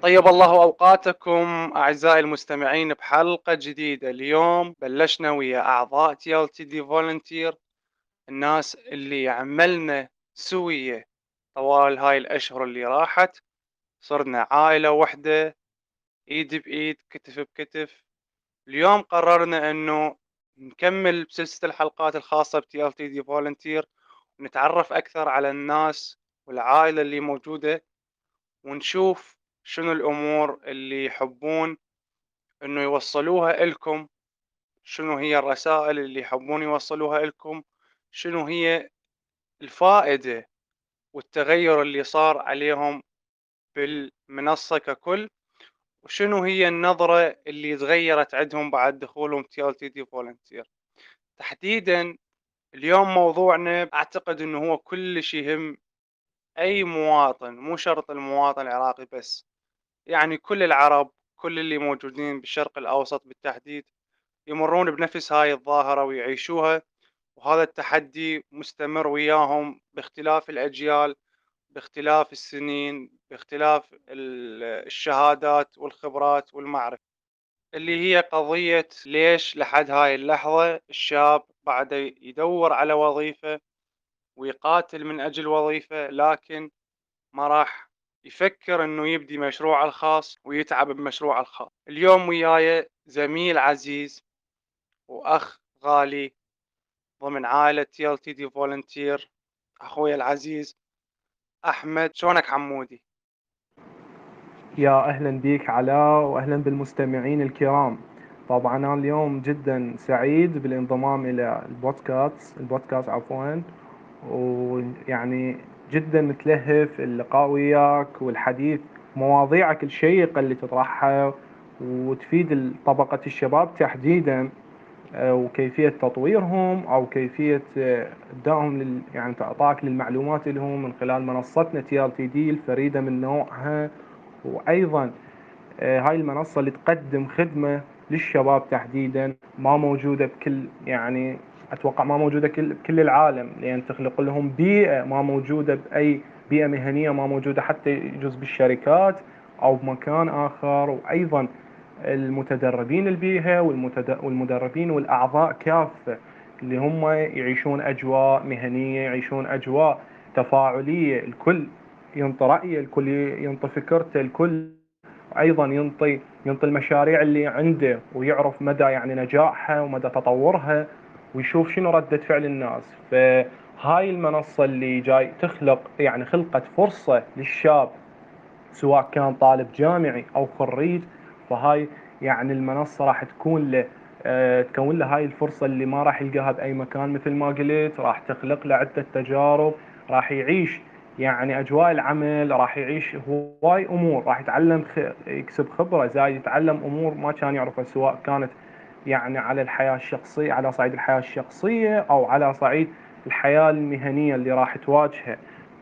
طيب الله أوقاتكم أعزائي المستمعين بحلقة جديدة. اليوم بلشنا ويا أعضاء TLTD Volunteer، الناس اللي عملنا سوية طوال هاي الأشهر اللي راحت. صرنا عائلة واحدة، إيد بإيد كتف بكتف. اليوم قررنا إنه نكمل بسلسلة الحلقات الخاصة ب TLTD Volunteer، ونتعرف أكثر على الناس والعائلة اللي موجودة، ونشوف شنو الأمور اللي يحبون إنه يوصلوها إلكم، شنو هي الرسائل اللي يحبون يوصلوها إلكم، شنو هي الفائدة والتغير اللي صار عليهم بالمنصة ككل، وشنو هي النظرة اللي تغيرت عندهم بعد دخولهم TLTD Volunteer تحديدا. اليوم موضوعنا أعتقد إنه هو كلش يهم أي مواطن، مو شرط المواطن العراقي بس، يعني كل العرب، كل اللي موجودين بالشرق الأوسط بالتحديد يمرون بنفس هاي الظاهرة ويعيشوها. وهذا التحدي مستمر وياهم باختلاف الأجيال، باختلاف السنين، باختلاف الشهادات والخبرات والمعرفة، اللي هي قضية ليش لحد هاي اللحظة الشاب بعد يدور على وظيفة ويقاتل من أجل وظيفة، لكن ما راح يفكر انه يبدي مشروعه الخاص ويتعب بمشروعه الخاص. اليوم وياي زميل عزيز واخ غالي ضمن عائلة TLTD Volunteer، اخوي العزيز احمد. شلونك حمودي؟ يا أهلا بيك علاء، وأهلا بالمستمعين الكرام. طبعا أنا اليوم جدا سعيد بالانضمام إلى البودكاست عفوا. ويعني جدا متلهف اللقاء وياك والحديث مواضيعك الشيقة اللي تطرحها وتفيد طبقة الشباب تحديدا، وكيفية تطويرهم أو كيفية إبدائهم يعني إعطائك للمعلومات لهم من خلال منصتنا TLTD الفريدة من نوعها. وأيضا هاي المنصة اللي تقدم خدمة للشباب تحديدا ما موجودة بكل، يعني أتوقع ما موجودة بكل العالم، لأن تخلق لهم بيئة ما موجودة بأي بيئة مهنية، ما موجودة حتى يجوز بالشركات أو بمكان آخر. وأيضا المتدربين البيئة والمدربين والأعضاء كافة اللي هم يعيشون أجواء مهنية، يعيشون أجواء تفاعلية، الكل ينطي رأيه، الكل ينطي فكرته، الكل ايضا ينطي المشاريع اللي عنده ويعرف مدى يعني نجاحها ومدى تطورها، ويشوف شنو ردة فعل الناس. فهاي المنصة اللي جاي خلقت فرصة للشاب سواء كان طالب جامعي او خريج. فهاي يعني المنصة راح تكون له، تكون له هاي الفرصة اللي ما راح يلقاها بأي مكان. مثل ما قلت راح تخلق له عدة تجارب، راح يعيش يعني أجواء العمل، راح يعيش هواي أمور، راح يتعلم يكسب خبرة زايد، يتعلم أمور ما كان يعرفها، سواء كانت يعني على الحياة الشخصية، على صعيد الحياة الشخصية أو على صعيد الحياة المهنية اللي راح تواجهه.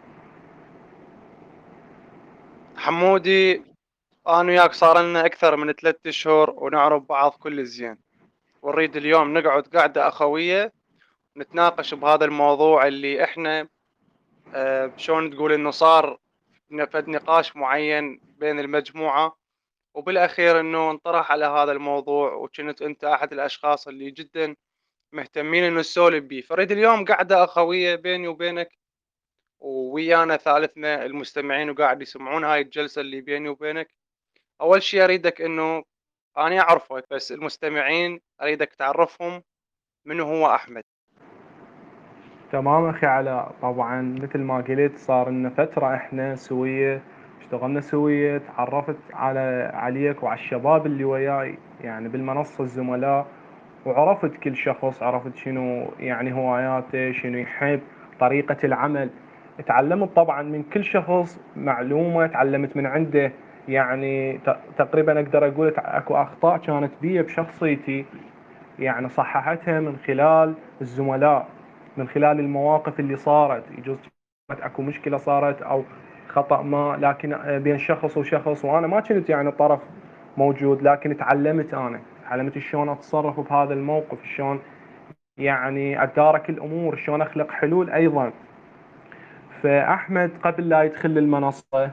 حمودي، انا وياك صار لنا اكثر من 3 اشهر ونعرف بعض كل زين، ونريد اليوم نقعد قعدة اخوية نتناقش بهذا الموضوع اللي احنا شلون تقول انه صار فد نقاش معين بين المجموعة، وبالأخير إنه انطرح على هذا الموضوع، وكنت أنت أحد الأشخاص اللي جدا مهتمين إنه نسولف بيه. فريد اليوم قعدة أخوية بيني وبينك وويانا ثالثنا المستمعين وقاعد يسمعون هاي الجلسة اللي بيني وبينك. أول شيء أريدك إنه أنا أعرفك، بس المستمعين أريدك تعرفهم منو هو أحمد. تمام أخي علاء، طبعا مثل ما قلت صار لنا فترة إحنا سوية، اشتغلنا سوية، تعرفت عليك وعلى الشباب اللي وياي يعني بالمنصة الزملاء، وعرفت كل شخص، عرفت شنو يعني هواياته، شنو يحب، طريقة العمل. تعلمت طبعا من كل شخص معلومة، تعلمت من عنده. يعني تقريبا أقدر أقول أكو أخطاء كانت بي بشخصيتي، يعني صححتها من خلال الزملاء، من خلال المواقف اللي صارت. يجوز اكو مشكله صارت او خطا ما، لكن بين شخص وشخص، وانا ما كنت يعني طرف موجود، لكن تعلمت شلون اتصرف بهذا الموقف، شلون يعني اتدارك الامور، شلون اخلق حلول ايضا. فاحمد قبل لا يدخل المنصه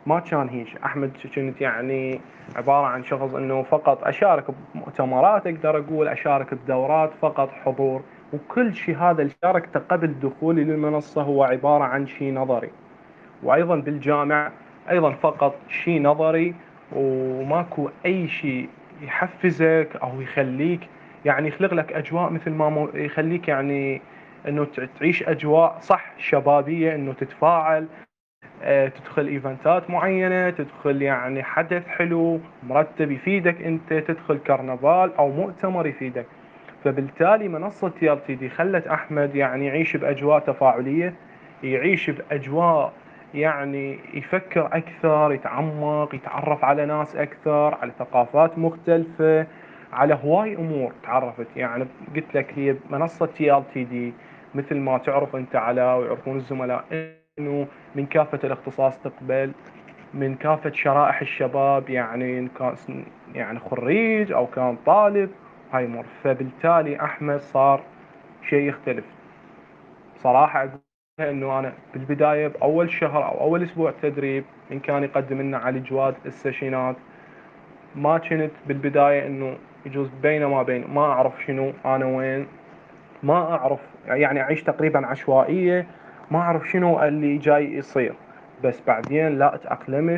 ما كان هيك. احمد كنت يعني عباره عن شخص انه فقط اشارك بمؤتمرات، اقدر اقول اشارك بدورات، فقط حضور، وكل شيء هذا اللي شاركته قبل دخولي للمنصه هو عباره عن شيء نظري. وايضا بالجامعه ايضا فقط شيء نظري، وماكو اي شيء يحفزك او يخليك يعني يخلق لك اجواء مثل ما يخليك يعني انه تعيش اجواء صح شبابيه، انه تتفاعل، تدخل ايفنتات معينه، تدخل يعني حدث حلو مرتب يفيدك، انت تدخل كرنفال او مؤتمر يفيدك. فبالتالي منصه تي ال تي دي خلت احمد يعني يعيش باجواء تفاعليه، يعيش باجواء يعني يفكر اكثر، يتعمق، يتعرف على ناس اكثر، على ثقافات مختلفه، على هواي امور تعرفت. يعني قلت لك هي منصه تي ال تي دي مثل ما تعرف انت علاء ويعرفون الزملاء انه من كافة الاختصاص تقبل، من كافة شرائح الشباب، يعني إن كان يعني خريج أو كان طالب، هاي أمور. فبالتالي أحمد صار شيء يختلف صراحة. أقول إنه أنا بالبداية بأول شهر أو أول أسبوع تدريب إن كان يقدم لنا علي جواد السيشنات، ما كنت بالبداية إنه يجوز بين ما بين ما أعرف شنو أنا وين، ما أعرف يعني أعيش تقريبا عشوائية، ما أعرف شنو اللي جاي يصير. بس بعدين لا تأقلمت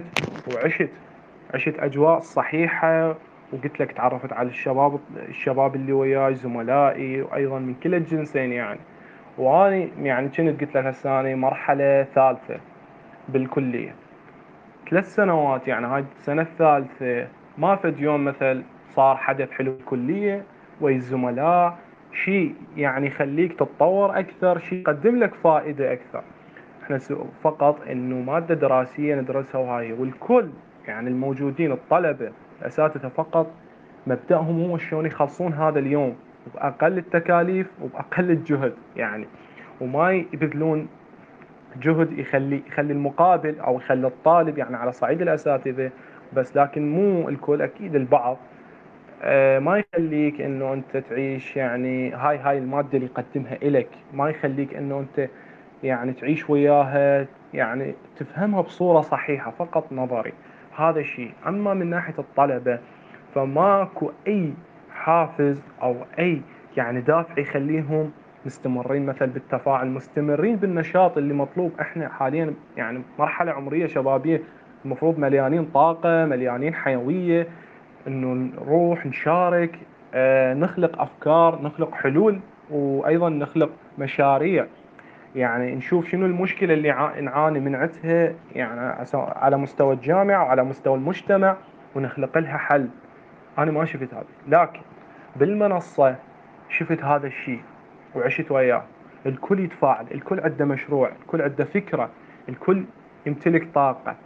وعشت أجواء صحيحة، وقلت لك تعرفت على الشباب اللي وياي زملائي، وأيضا من كلا الجنسين يعني. وأني يعني كنت قلت لك هسه أنا مرحلة ثالثة بالكلية، 3 سنوات يعني هاي السنة الثالثة، ما فد يوم مثل صار حدث حلو بالكلية ويا الزملاء، شيء يعني يخليك تتطور أكثر، شيء يقدم لك فائدة أكثر. احنا فقط انه مادة دراسية ندرسها وهاي، والكل يعني الموجودين الطلبة الأساتذة فقط مبدأهم هو شلون يخلصون هذا اليوم بأقل التكاليف وبأقل الجهد يعني، وما يبذلون جهد يخلي المقابل او يخلي الطالب يعني على صعيد الاساتذه بس، لكن مو الكل، اكيد البعض ما يخليك انه انت تعيش يعني هاي الماده اللي يقدمها الك، ما يخليك انه انت يعني تعيش وياها، يعني تفهمها بصوره صحيحه، فقط نظري. هذا شيء. اما من ناحيه الطلبه فماكو اي حافز او اي يعني دافع يخليهم مستمرين مثل بالتفاعل، مستمرين بالنشاط اللي مطلوب. احنا حاليا يعني مرحله عمريه شبابيه المفروض مليانين طاقه، مليانين حيويه، انه نروح نشارك، نخلق افكار، نخلق حلول، وايضا نخلق مشاريع، يعني نشوف شنو المشكله اللي نعاني من عندها يعني على مستوى الجامعه وعلى مستوى المجتمع، ونخلق لها حل. انا ما شفت هذا، لكن بالمنصه شفت هذا الشيء وعشت وياه. الكل يتفاعل، الكل عنده مشروع، الكل عنده فكره، الكل يمتلك طاقه،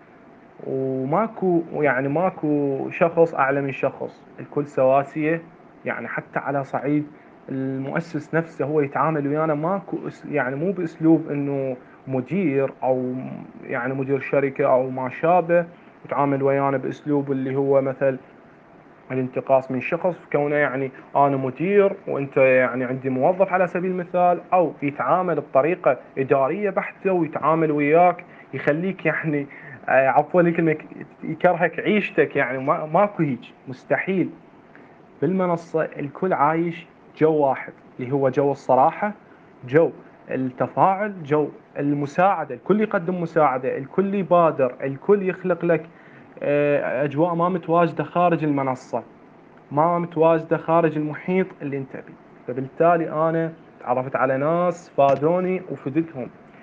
وماكو يعني ماكو شخص اعلى من شخص، الكل سواسية. يعني حتى على صعيد المؤسس نفسه هو يتعامل ويانا ماكو يعني مو باسلوب انه مدير او يعني مدير شركة او ما شابه، يتعامل ويانا باسلوب اللي هو مثل الانتقاص من شخص كونه يعني انا مدير وانت يعني عندي موظف على سبيل المثال، او يتعامل بطريقه اداريه بحته ويتعامل وياك يخليك يعني عفوا الكلمه يكرهك عيشتك، يعني ماكو هيك، مستحيل. بالمنصه الكل عايش جو واحد اللي هو جو الصراحه، جو التفاعل، جو المساعده، الكل يقدم مساعده، الكل يبادر، الكل يخلق لك اجواء ما متواجده خارج المنصه، ما متواجده خارج المحيط اللي انت بيه. فبالتالي انا تعرفت على ناس فادوني وفدتهم،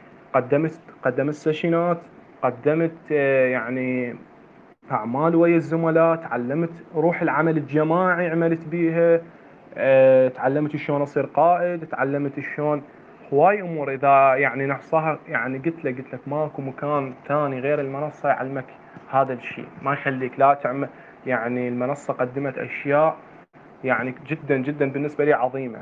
قدمت سيشنات، قدمت يعني اعمال ويا الزملاء، تعلمت روح العمل الجماعي عملت بيها، تعلمت شلون اصير قائد، تعلمت شلون هواي امور اذا يعني نحصاها. يعني قلت لك ماكو مكان ثاني غير المنصه يعلمك هذا الشيء، ما يخليك لا تعمل. يعني المنصه قدمت اشياء يعني جدا جدا بالنسبه لي عظيمه،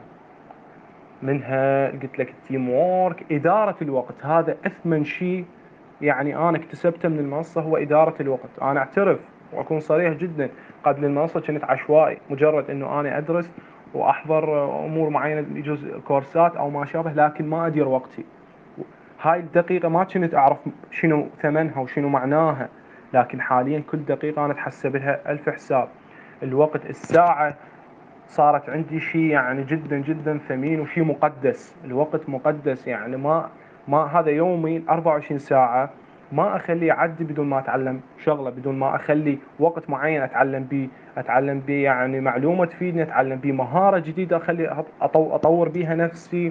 منها قلت لك التيم وورك، اداره الوقت، هذا اثمن شيء يعني انا اكتسبته من المنصه هو اداره الوقت. انا اعترف واكون صريح جدا، قبل المنصه كنت عشوائي، مجرد انه انا ادرس واحضر امور معينه يجوز كورسات او ما شابه، لكن ما ادير وقتي. هاي الدقيقه ما كنت اعرف شنو ثمنها وشنو معناها، لكن حاليا كل دقيقة أنا أتحسب لها 1000 حساب. الوقت، الساعة صارت عندي شيء يعني جدا جدا ثمين وشيء مقدس. الوقت مقدس، يعني ما هذا يومي 24 ساعة، ما اخليه يعدي بدون ما اتعلم شغله، بدون ما اخلي وقت معين اتعلم بيه يعني معلومه تفيدني، اتعلم بيه مهاره جديده، اخلي اطور بيها نفسي،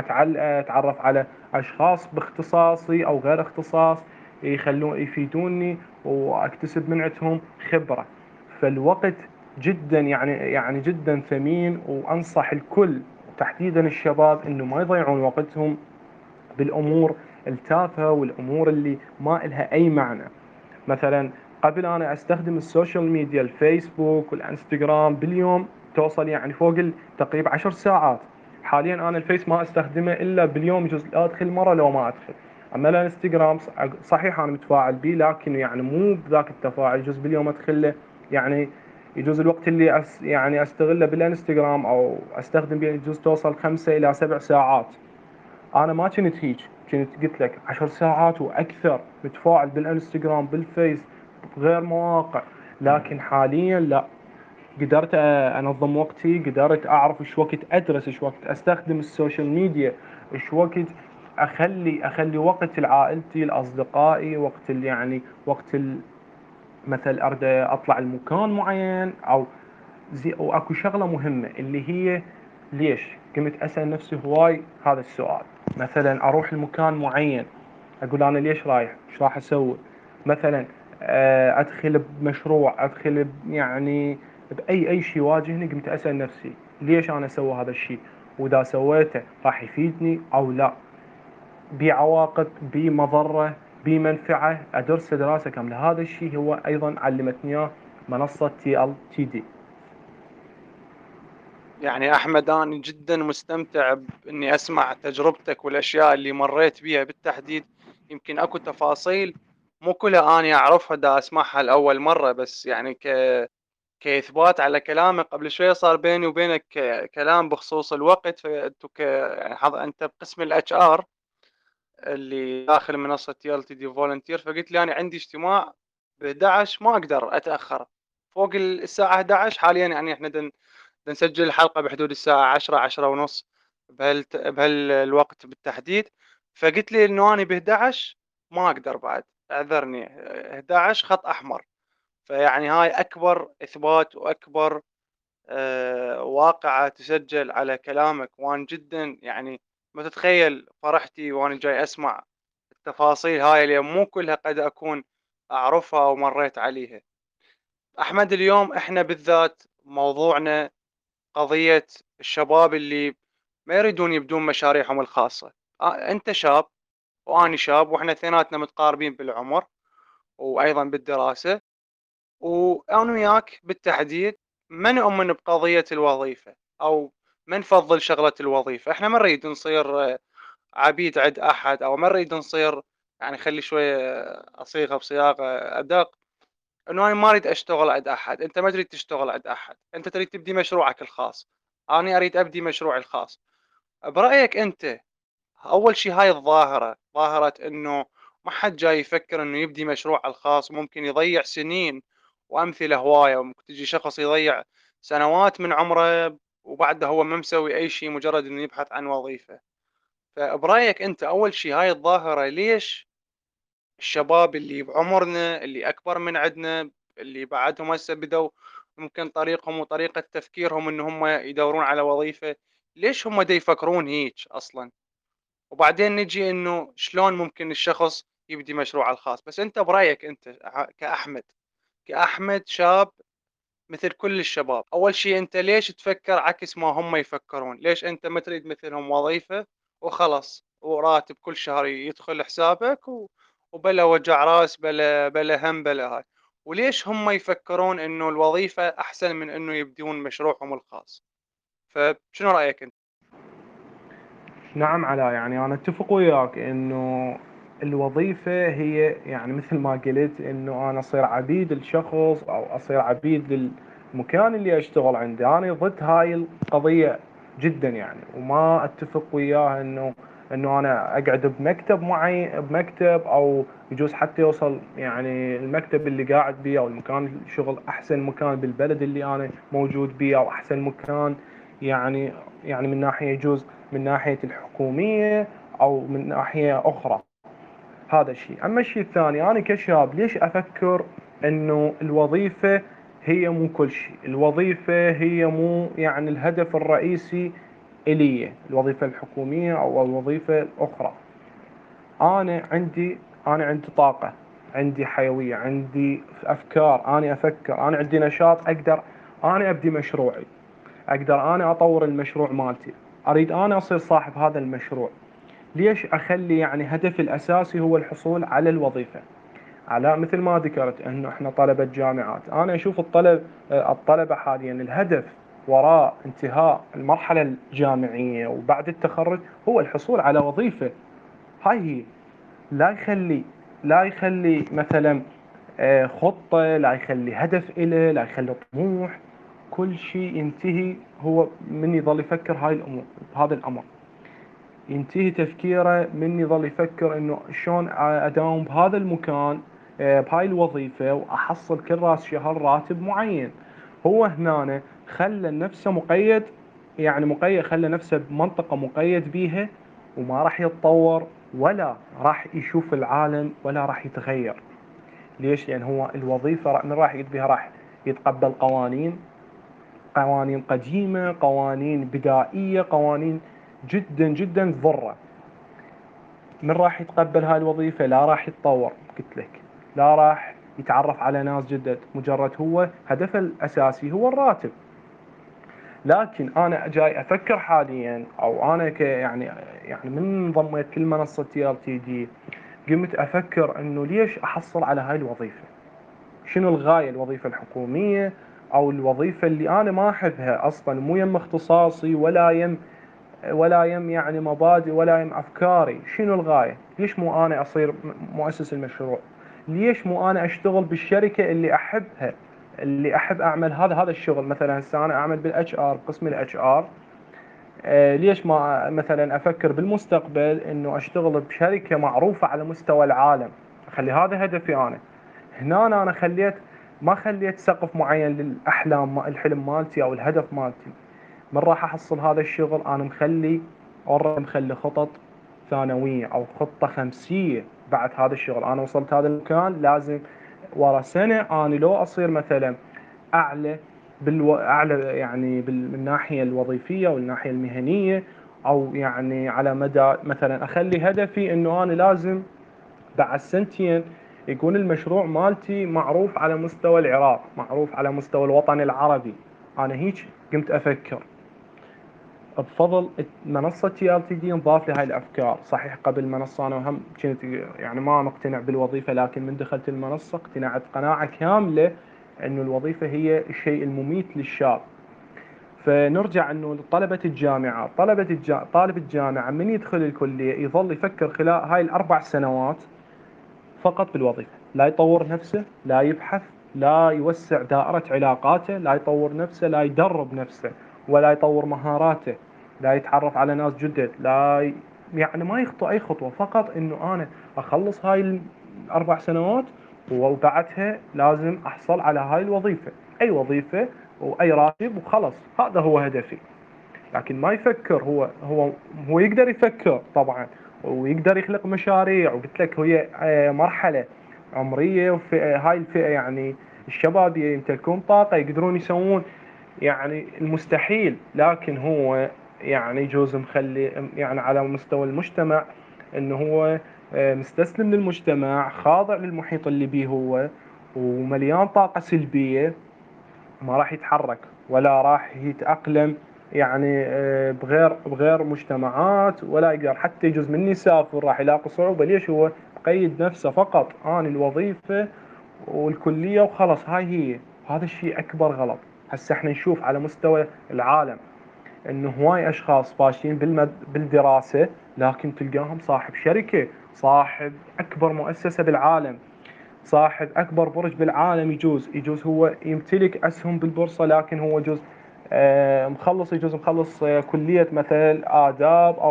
اتعرف على اشخاص باختصاصي او غير اختصاص يفيدوني واكتسب من عندهم خبره. فالوقت جدا يعني جدا ثمين، وانصح الكل تحديدا الشباب انه ما يضيعون وقتهم بالامور التافهه والامور اللي ما لها اي معنى. مثلا قبل انا استخدم السوشيال ميديا، الفيسبوك والانستغرام باليوم توصل يعني فوق تقريبا 10 ساعات. حاليا انا الفيس ما استخدمه الا باليوم يجوز ادخل مره لو ما ادخل. اما الانستغرام صحيح انا متفاعل به، لكن يعني مو بذاك التفاعل، يجوز باليوم ادخل له يعني يجوز الوقت اللي يعني استغله بالانستغرام او استخدم به يجوز توصل 5 إلى 7 ساعات. انا ما كنت هيك، كنت قلت لك 10 ساعات واكثر متفاعل بالانستغرام بالفيس بغير مواقع. لكن حاليا لا، قدرت انظم وقتي، قدرت اعرف ايش وقت ادرس، ايش وقت استخدم السوشيال ميديا، ايش وقت اخلي وقت لعائلتي لاصدقائي، وقت يعني وقت مثل اريد اطلع لمكان معين او واكو شغله مهمه اللي هي ليش. قمت اسال نفسي هواي هذا السؤال. مثلا اروح لمكان معين، اقول انا ليش رايح، ايش راح اسوي. مثلا ادخل بمشروع، ادخل يعني باي شيء يواجهني، قمت اسال نفسي ليش انا اسوي هذا الشيء، واذا سويته راح يفيدني او لا، بعواقب بمضره بمنفعه، ادرس دراسه كامله. هذا الشيء هو ايضا علمتني اياه منصه TLTD. يعني أحمد، أنا جدا مستمتع بإني أسمع تجربتك والأشياء اللي مريت بيها بالتحديد. يمكن أكو تفاصيل مو كلها أنا أعرفها، دا أسمعها لأول مرة، بس يعني كإثبات على كلامك قبل شوية صار بيني وبينك كلام بخصوص الوقت. فأنتوا يعني أنت بقسم الاتش ار اللي داخل منصة TLTD فولنتير، فقلت لي أنا عندي اجتماع ب 11 ما أقدر أتأخر فوق الساعة 11 حاليا. يعني إحنا نسجل الحلقة بحدود الساعة 10 10 ونص بهالوقت بالتحديد. فقلت لي إنه أنا ب 11 ما أقدر بعد، اعذرني، 11 خط أحمر. فيعني هاي أكبر إثبات وأكبر واقعة تسجل على كلامك. وأنا جدا يعني ما تتخيل فرحتي وأنا جاي أسمع التفاصيل هاي اللي مو كلها قد أكون أعرفها أو مريت عليها. أحمد، اليوم إحنا بالذات موضوعنا قضية الشباب اللي ما يريدون يبدون مشاريعهم الخاصة. أنت شاب وأنا شاب، وإحنا اثنيناتنا متقاربين بالعمر وأيضا بالدراسة، وأنا وياك بالتحديد ما نؤمن بقضية الوظيفة، أو ما نفضل شغلة الوظيفة. إحنا ما نريد نصير عبيد عند أحد، أو ما نريد نصير، يعني خلي شوية أصيغها بصياغة أدق، إنه أنا ما أريد أشتغل عند أحد. أنت ما تريد تشتغل عند أحد، أنت تريد تبدي مشروعك الخاص، أنا أريد أبدي مشروعي الخاص. برأيك أنت، أول شيء هاي الظاهرة، ظاهرة إنه ما حد جاي يفكر إنه يبدي مشروعه الخاص، ممكن يضيع سنين، وأمثلة هواية. وممكن تجي شخص يضيع سنوات من عمره وبعده هو ما مسوي أي شيء، مجرد إنه يبحث عن وظيفة. فبرأيك أنت، أول شيء هاي الظاهرة ليش الشباب اللي بعمرنا، اللي أكبر من عندنا، اللي بعدهم هسه بدوا ممكن طريقهم وطريقة تفكيرهم إن هم يدورون على وظيفة، ليش هم دا يفكرون هيك أصلا؟ وبعدين نجي إنه شلون ممكن الشخص يبدي مشروعه الخاص. بس أنت برأيك أنت كأحمد، كأحمد شاب مثل كل الشباب، أول شيء أنت ليش تفكر عكس ما هم يفكرون؟ ليش أنت ما تريد مثلهم وظيفة وخلص، وراتب كل شهر يدخل حسابك وبلا وجع راس، بلا هم بلا هاي؟ وليش هم يفكرون إنه الوظيفة أحسن من إنه يبدون مشروعهم الخاص؟ فشنو رأيك أنت؟ نعم علاء، يعني أنا أتفق وياك إنه الوظيفة هي يعني مثل ما قلت إنه أنا أصير عبيد لشخص أو أصير عبيد للمكان اللي أشتغل عنده. أنا ضد هاي القضية جدا يعني، وما أتفق وياها إنه انه انا اقعد بمكتب معين، بمكتب، او يجوز حتى يوصل يعني المكتب اللي قاعد بيه او المكان الشغل احسن مكان بالبلد اللي انا موجود بيه، او احسن مكان يعني، يعني من ناحية يجوز من ناحية الحكومية او من ناحية اخرى. هذا الشيء. اما الشيء الثاني، انا كشاب ليش افكر انه الوظيفة هي مو كل شيء؟ الوظيفة هي مو يعني الهدف الرئيسي إلي، الوظيفة الحكومية أو الوظيفة الأخرى. أنا عندي طاقة، عندي حيوية، عندي أفكار، أنا أفكر، أنا عندي نشاط، أقدر أنا أبدي مشروعي، أقدر أنا أطور المشروع مالتي، أريد أنا أصير صاحب هذا المشروع. ليش أخلي يعني هدفي الأساسي هو الحصول على الوظيفة؟ على مثل ما ذكرت انه احنا طلبة جامعات، انا اشوف الطلبة حاليا الهدف وراء انتهاء المرحلة الجامعية وبعد التخرج هو الحصول على وظيفة. هاي هي. لا يخلي لا يخلي مثلا خطة، لا يخلي هدف إله، لا يخلي طموح. كل شيء ينتهي هو من يظل يفكر هاي الأمور، بهذا الأمر ينتهي تفكيره من يظل يفكر انه شلون اداوم بهذا المكان بهاي الوظيفة واحصل كل راس شهر راتب معين. هو هنا خلى نفسه مقيد، يعني مقيد، خلى نفسه بمنطقة مقيد بيها، وما راح يتطور ولا راح يشوف العالم ولا راح يتغير. ليش؟ لان هو الوظيفة من راح يد بها؟ راح يتقبل قوانين قديمة، قوانين بدائية، قوانين جدا جدا تضره. من راح يتقبل هاي الوظيفة؟ لا راح يتطور، قلت لك، لا راح يتعرف على ناس جدد، مجرد هو هدفه الأساسي هو الراتب. لكن أنا جاي أفكر حاليا، أو أنا يعني من انضميت كل منصة TLTD قمت أفكر إنه ليش أحصل على هاي الوظيفة؟ شنو الغاية؟ الوظيفة الحكومية أو الوظيفة اللي أنا ما أحبها أصلا، مو يم اختصاصي ولا يم يعني مبادئ ولا يم أفكاري. شنو الغاية؟ ليش مو أنا أصير مؤسس المشروع؟ ليش مو أنا أشتغل بالشركة اللي أحبها، اللي أحب أعمل هذا الشغل؟ مثلا هسه أنا أعمل بالاتش ار، قسم الاتش ار. ليش ما مثلا أفكر بالمستقبل إنه أشتغل بشركة معروفة على مستوى العالم؟ أخلي هذا هدفي أنا. هنا أنا ما خليت سقف معين للأحلام، الحلم مالتي أو الهدف مالتي. من راح احصل هذا الشغل؟ انا مخلي خطط ثانوية او خطة خمسية بعد هذا الشغل. انا وصلت هذا المكان، لازم ورا سنة انا لو اصير مثلا اعلى اعلى يعني من الناحية الوظيفية والناحية المهنية، او يعني على مدى مثلا اخلي هدفي انه انا لازم بعد سنتين يكون المشروع مالتي معروف على مستوى العراق، معروف على مستوى الوطن العربي. انا هيك قمت افكر. بفضل منصة TLTD انضاف لي هاي الأفكار. صحيح قبل المنصة أنا هم كنت يعني ما مقتنع بالوظيفة، لكن من دخلت المنصة اقتنعت قناعة كاملة أنه الوظيفة هي الشيء المميت للشاب. فنرجع أنه طلبة الجامعة، طالب الجامعة من يدخل الكلية يظل يفكر خلال هاي ال4 سنوات فقط بالوظيفة. لا يطور نفسه، لا يبحث، لا يوسع دائرة علاقاته، لا يطور نفسه، لا يدرب نفسه، ولا يطور مهاراته، لا يتعرف على ناس جدد، يعني ما يخطو أي خطوة. فقط إنه أنا أخلص هاي ال4 سنوات وبعدها لازم أحصل على هاي الوظيفة، أي وظيفة وأي راتب وخلص. هذا هو هدفي. لكن ما يفكر. هو يقدر يفكر طبعا، ويقدر يخلق مشاريع، وقلت لك هي مرحلة عمرية، وفئة هاي الفئة يعني الشباب يمتلكون طاقة، يقدرون يسوون يعني المستحيل. لكن هو يعني يجوز مخلي يعني على مستوى المجتمع انه هو مستسلم للمجتمع، خاضع للمحيط اللي بيه هو، ومليان طاقة سلبية، ما راح يتحرك ولا راح يتأقلم يعني بغير مجتمعات، ولا يقدر حتى يجوز من يسافر راح يلاقي صعوبة. ليش؟ هو قيد نفسه فقط عن الوظيفة والكلية وخلص. هاي هي. هذا الشيء أكبر غلط. هسه احنا نشوف على مستوى العالم انه هواي اشخاص فاشلين بالدراسة، لكن تلقاهم صاحب شركة، صاحب اكبر مؤسسة بالعالم، صاحب اكبر برج بالعالم. يجوز هو يمتلك اسهم بالبورصه، لكن هو يجوز مخلص كليه مثل اداب،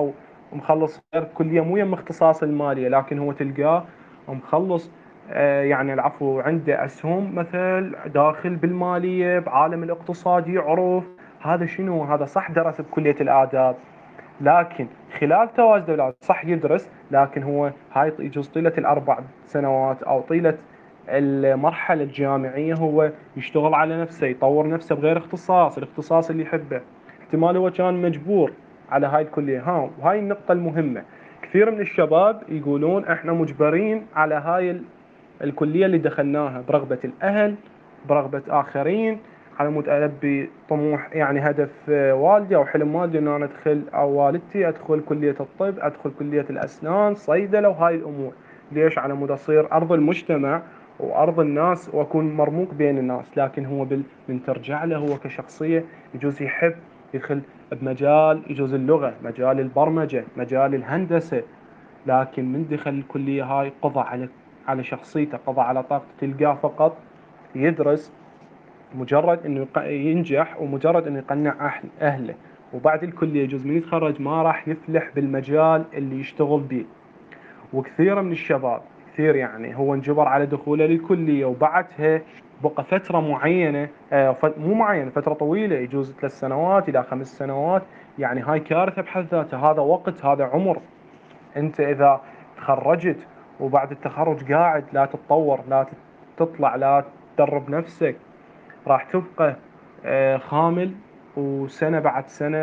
ومخلص غير كليه مو يم اختصاص الماليه، لكن هو تلقاه مخلص يعني العفو عنده اسهم مثل داخل بالماليه بعالم الاقتصاد، يعرف هذا شنو، هذا صح درس بكليه الاداب، لكن خلال تواجده صح يدرس، لكن هو هاي يجوز طيله الاربع سنوات او طيله المرحله الجامعيه هو يشتغل على نفسه، يطور نفسه بغير اختصاص، الاختصاص اللي يحبه. احتمال هو كان مجبور على هاي الكليه. وهاي النقطه المهمه، كثير من الشباب يقولون احنا مجبرين على هاي الكليه اللي دخلناها برغبه الاهل، برغبه اخرين، على مود البي طموح يعني هدف والدي او حلم والدي انه انا ادخل او والدتي ادخل كليه الطب، ادخل كليه الاسنان، صيدله، وهاي الامور. ليش؟ على مود اصير ارض المجتمع وارض الناس واكون مرموق بين الناس. لكن هو من ترجع له هو كشخصيه يجوز يحب يدخل بمجال، يجوز اللغه، مجال البرمجه، مجال الهندسه، لكن من دخل الكليه هاي قضى على شخصيته، قضى على طاقته. تلقاه فقط يدرس مجرد انه ينجح ومجرد انه يقنع اهله، وبعد الكليه يجوز من يتخرج ما راح يفلح بالمجال اللي يشتغل به. وكثير من الشباب كثير يعني هو انجبر على دخوله للكليه وبعدها بقى فتره معينه مو معينه، فتره طويله يجوز 3 سنوات الى 5 سنوات. يعني هاي كارثه بحد ذاتها، هذا وقت، هذا عمر. انت اذا تخرجت وبعد التخرج قاعد لا تتطور، لا تطلع، لا تدرب نفسك، راح تبقى خامل، وسنة بعد سنة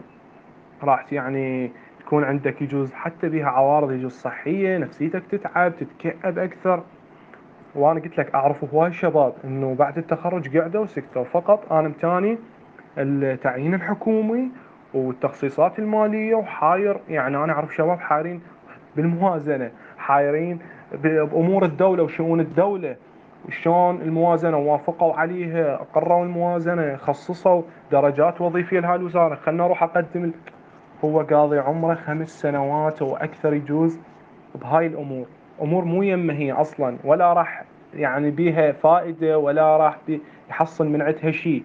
راح يعني تكون عندك يجوز حتى بها عوارض يجوز صحية، نفسيتك تتعب، تتكئب أكثر. وأنا قلت لك أعرف هواي شباب إنه بعد التخرج قعدوا وسكتوا، فقط أنا متاني التعيين الحكومي والتخصيصات المالية وحاير. يعني أنا أعرف شباب حايرين بالموازنة، حايرين بأمور الدولة وشؤون الدولة، شلون الموازنة وافقوا عليها، قرروا الموازنة، خصصوا درجات وظيفية لهذه الوزارة، خلنا أروح أقدم. هو قاضي عمره 5 سنوات وأكثر يجوز بهاي الأمور، أمور مو يمه هي أصلا، ولا راح يعني بيها فائدة، ولا راح يحصل من عندها شيء،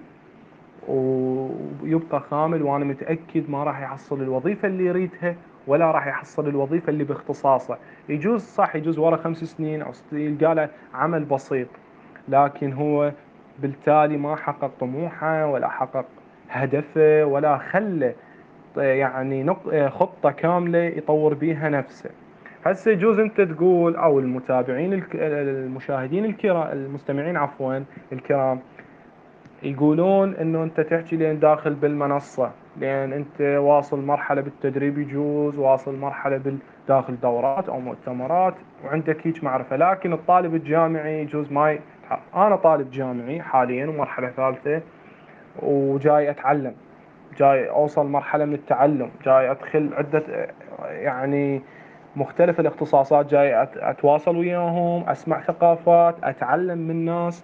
ويبقى خامل. وانا متاكد ما راح يحصل الوظيفه اللي يريدها، ولا راح يحصل الوظيفه اللي باختصاصه. يجوز صح، يجوز ورا 5 سنين او 6 يلقى له عمل بسيط، لكن هو بالتالي ما حقق طموحه ولا حقق هدفه ولا خلى يعني خطه كامله يطور بيها نفسه. هسه يجوز انت تقول او المتابعين المشاهدين الكرام، المستمعين عفوا الكرام، يقولون انه انت تحكي لين داخل بالمنصة، لين انت واصل مرحلة بالتدريب، يجوز واصل مرحلة داخل دورات او مؤتمرات وعندك هيك معرفة. لكن الطالب الجامعي يجوز ما انا طالب جامعي حاليا ومرحلة ثالثة وجاي اتعلم، جاي اوصل مرحلة من التعلم، جاي ادخل عدة يعني مختلف الاختصاصات، جاي اتواصل وياهم، اسمع ثقافات، اتعلم من ناس.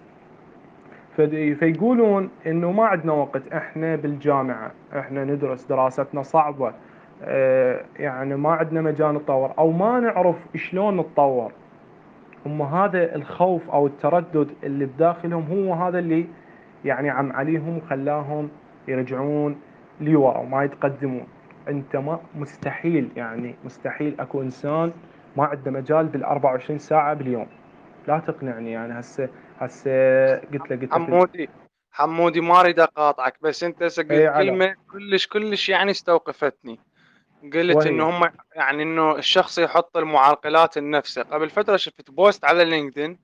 فيقولون انه ما عندنا وقت، احنا بالجامعة احنا ندرس، دراستنا صعبة، يعني ما عندنا مجال نتطور او ما نعرف شلون نتطور. هم هذا الخوف او التردد اللي بداخلهم هو هذا اللي يعني عم عليهم وخلاهم يرجعون لورا وما يتقدمون. انت ما مستحيل، يعني مستحيل اكو انسان ما عنده مجال بال24 ساعة باليوم. لا تقنعني يعني. هسه قلت لك حمودي ما اريد اقاطعك، بس انت هسه اي قلت على كلمه كلش يعني استوقفتني. قلت وهي انه هم يعني انه الشخص يحط المعرقلات لنفسه. قبل فتره شفت بوست على لينكدين،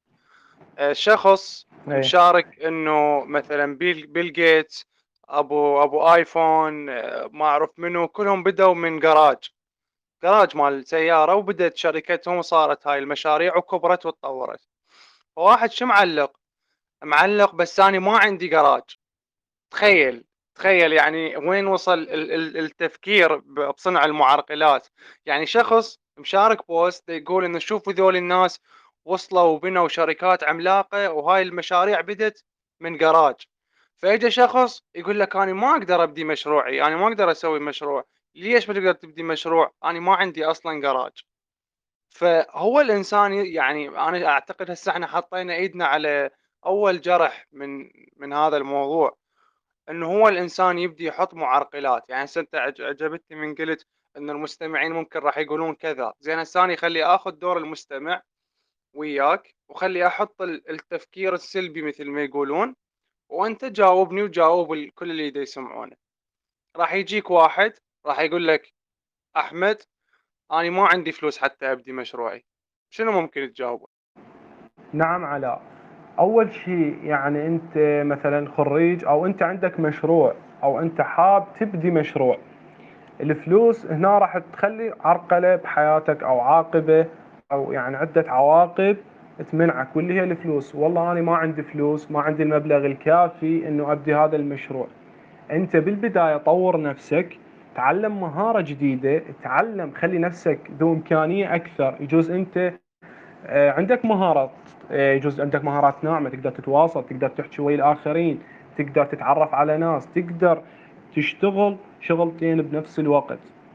شخص اي مشارك انه مثلا بيل جيتس، ابو ايفون، ما اعرف منو، كلهم بدوا من جراج مال سياره، وبدت شركتهم وصارت هاي المشاريع وكبرت وتطورت. فواحد شو معلق بس انا ما عندي جراج. تخيل، تخيل يعني وين وصل التفكير بصنع المعرقلات. يعني شخص مشارك بوست يقول انه شوفوا ذول الناس وصلوا وبنوا شركات عملاقة وهاي المشاريع بدت من جراج. فاجى شخص يقول لك انا ما اقدر ابدي مشروعي، انا ما اقدر اسوي مشروع. ليش ما تقدر تبدي مشروع؟ انا ما عندي اصلا جراج. فهو الانسان يعني انا اعتقد هسه احنا حطينا ايدنا على اول جرح من هذا الموضوع، انه هو الانسان يبدي يحط معرقلات. يعني هسه انت عجبتني من قلت إن المستمعين ممكن راح يقولون كذا، زين هسه أني خلّي آخذ دور المستمع وياك، وخلّي أحط التفكير السلبي مثل ما يقولون، وأنت جاوبني وجاوب كل اللي يسمعونه. راح يجيك واحد راح يقول لك: أحمد، أني ما عندي فلوس حتى أبدي مشروعي، شنو ممكن تجاوبه؟ نعم علاء. أول شيء يعني أنت مثلا خريج أو أنت عندك مشروع أو أنت حاب تبدي مشروع، الفلوس هنا راح تخلي عرقلة بحياتك أو عاقبة أو يعني عدة عواقب تمنعك، واللي هي الفلوس. والله أنا ما عندي فلوس، ما عندي المبلغ الكافي إنه أبدي هذا المشروع. أنت بالبداية طور نفسك، تعلم مهارة جديدة، تعلم خلي نفسك ذو إمكانية أكثر. يجوز أنت عندك مهارات، يجوز عندك مهارات ناعمة، تقدر تتواصل، تقدر تحكي ويا الآخرين، تقدر تتعرف على ناس، تقدر تشتغل شغلتين بنفس الوقت.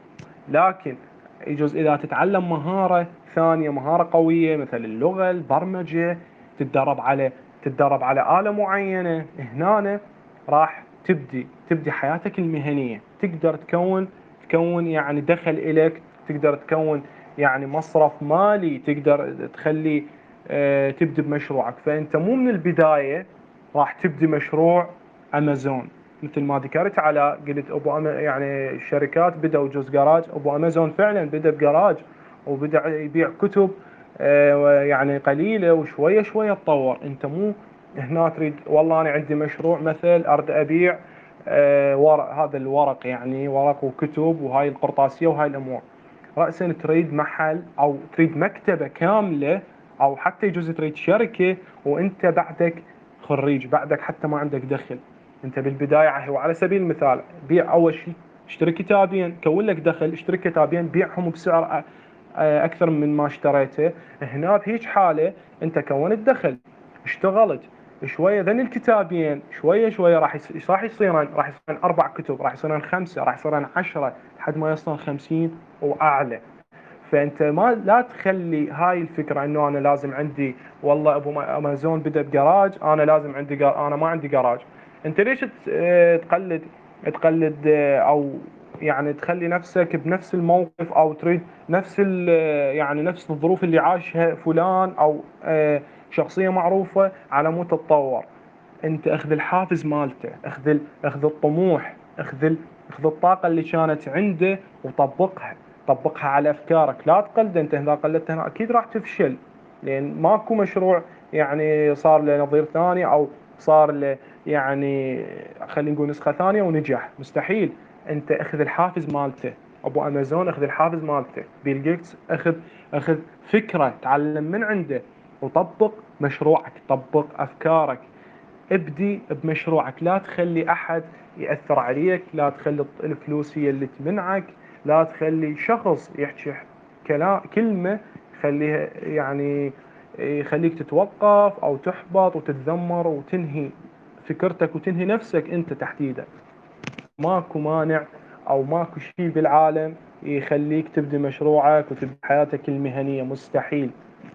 لكن يجوز إذا تتعلم مهارة ثانية، مهارة قوية مثل اللغة، البرمجة، تتدرب على تتدرب على آلة معينة، هنا راح تبدي حياتك المهنية، تقدر تكون يعني دخل إلك، تقدر تكون يعني مصرف مالي، تقدر تخلي تبدي بمشروعك. فأنت مو من البداية راح تبدي مشروع أمازون مثل ما ذكرت على قلت يعني الشركات بدأوا جزء جراج. ابو امازون فعلا بدأ بجراج وبدأ يبيع كتب يعني قليله، وشويه شويه تطور. انت مو هنا تريد والله انا عندي مشروع مثل اريد ابيع ورق، هذا الورق يعني ورق وكتب وهاي القرطاسيه وهاي الامور. رأسا تريد محل او تريد مكتبه كامله، او حتى يجوز تريد شركه وانت بعدك خريج، بعدك حتى ما عندك دخل. انت بالبدايه وعلى سبيل المثال بيع اول شيء، اشتري كتابين، كون لك دخل، اشتري كتابين بيعهم بسعر اكثر من ما اشتريته. هنا بهيج حاله انت كونت دخل، اشتغلت شويه، ذن الكتابين شويه شويه راح يصيرن 4 كتب، راح يصيرن 5، راح يصيرن 10، لحد ما يصيرن 50 واعلى. فانت ما لا تخلي هاي الفكره انه انا لازم عندي، والله ابو امازون بدا بجراج انا لازم عندي انا ما عندي جراج. انت ليش تقلد او يعني تخلي نفسك بنفس الموقف، او تريد نفس يعني نفس الظروف اللي عاشها فلان او شخصيه معروفه على مود تتطور. انت اخذ الحافز مالته، اخذ الطموح، اخذ الطاقه اللي كانت عنده وطبقها، طبقها على افكارك. لا تقلد، انت اذا قلدت هنا اكيد راح تفشل، لان ماكو مشروع يعني صار له نظير ثاني او صار له يعني خلينا نقول نسخه ثانيه ونجح، مستحيل. انت اخذ الحافز مالته، ابو امازون اخذ الحافز مالته، بيل جيتس اخذ فكره تعلم من عنده وطبق مشروعك، طبق افكارك، ابدي بمشروعك. لا تخلي احد ياثر عليك، لا تخلي الفلوس هي اللي تمنعك، لا تخلي شخص يحكي كلمه يخليها يعني يخليك تتوقف او تحبط وتتذمر وتنهي فكرتك وتنهي نفسك انت تحديدا. ماكو مانع او ماكو شيء بالعالم يخليك تبدي مشروعك وتبدي حياتك المهنيه، مستحيل.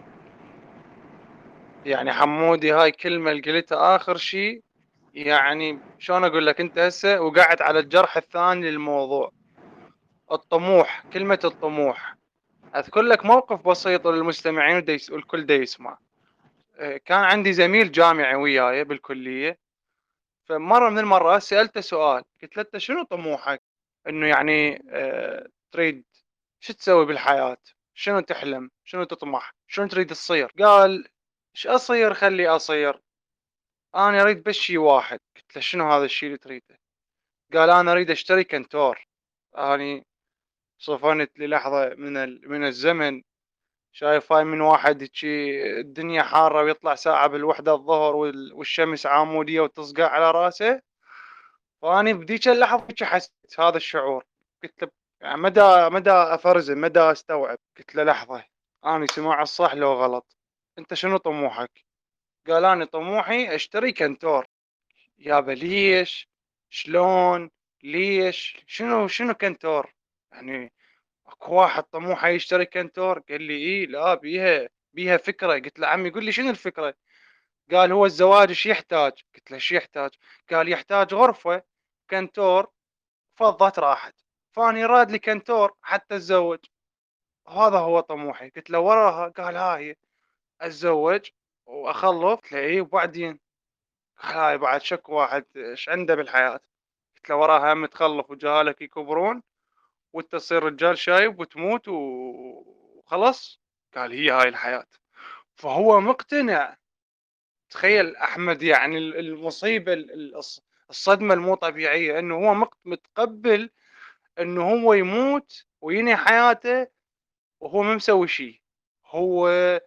يعني حمودي هاي كلمة اللي قلتها آخر شي، يعني شلون أقول لك، أنت هسه وقعت على الجرح الثاني للموضوع. الطموح، كلمة الطموح. أذكر لك موقف بسيط للمستمعين والكل دا يسمع. كان عندي زميل جامعي وياي بالكلية، فمرة من المرات سألته سؤال، قلت له: أنت شنو طموحك؟ إنه يعني تريد شو تسوي بالحياة؟ شنو تحلم؟ شنو تطمح؟ شنو تريد تصير؟ قال: ايش أصير خلي أصير، أنا أريد بس شي واحد. قلت له: شنو هذا الشي اللي تريده؟ قال: أنا أريد أشتري كنتور. أني صفنت للحظة من الزمن، شايف هاي من واحد هيجي الدنيا حارة ويطلع ساعة بالوحدة الظهر والشمس عامودية وتصقع على راسه. فأني بديك اللحظة هيك حسيت هذا الشعور. قلت له يعني مدى أفرزه، مدى أستوعب. قلت له: لحظة، أنا سماع الصح لو غلط؟ أنت شنو طموحك؟ قال: أنا طموحي أشتري كنتور. يابا ليش؟ شلون؟ ليش؟ شنو كنتور؟ يعني اكو واحد طموحه يشتري كنتور؟ قال لي: ايه، لا، بيها فكره. قلت له: عمي قول لي شنو الفكره. قال: هو الزواج ايش يحتاج؟ قلت له: ايش يحتاج؟ قال: يحتاج غرفه، كنتور، فضت راحت. فاني راد لي كنتور حتى اتزوج، هذا هو طموحي. قلت له وراها؟ قال هاي اتزوج واخلف. قلت له اي وبعدين؟ قال هاي بعد شك واحد ايش عنده بالحياة. قلت له وراها هم تخلف وجهالك يكبرون وانت تصير رجال شايب وتموت وخلاص. قال هي هاي الحياة. فهو مقتنع. تخيل احمد، يعني المصيبة الصدمة المو طبيعية انه هو متقبل انه هو يموت وينهي حياته وهو ما مسوي شيء. هو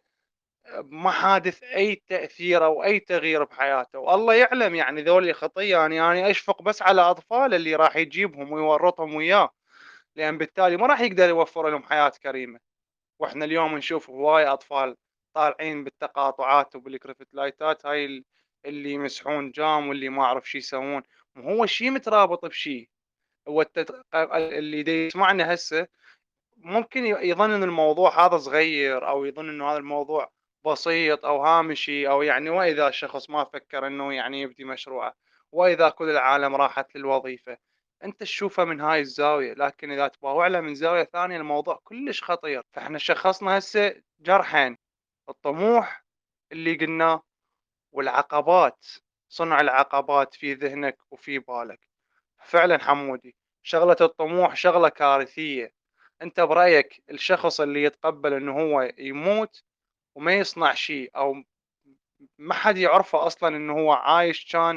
ما حادث اي تأثير او اي تغيير بحياته، والله يعلم يعني ذولي خطية. يعني اشفق بس على اطفال اللي راح يجيبهم ويورطهم وياه، لان بالتالي ما راح يقدر يوفر لهم حياة كريمة. واحنا اليوم نشوف هواي اطفال طالعين بالتقاطعات وبالكريفت لايتات هاي اللي يمسحون جام واللي ما اعرف شو يسوون. ما هو شيء مترابط بشيء. هو اللي دي يسمعنا هسه ممكن يظن ان الموضوع هذا صغير، او يظن انه هذا الموضوع بسيط او هامشي، او يعني واذا الشخص ما فكر انه يعني يبدي مشروعه، واذا كل العالم راحت للوظيفة. انت تشوفه من هاي الزاوية، لكن اذا تباوع له من زاوية ثانية الموضوع كلش خطير. فاحنا شخصنا هسه جرحين: الطموح اللي قلناه، والعقبات، صنع العقبات في ذهنك وفي بالك. فعلا حمودي، شغلة الطموح شغلة كارثية. انت برأيك الشخص اللي يتقبل انه هو يموت وما يصنع شيء، او ما حد يعرفه اصلا انه هو عايش كان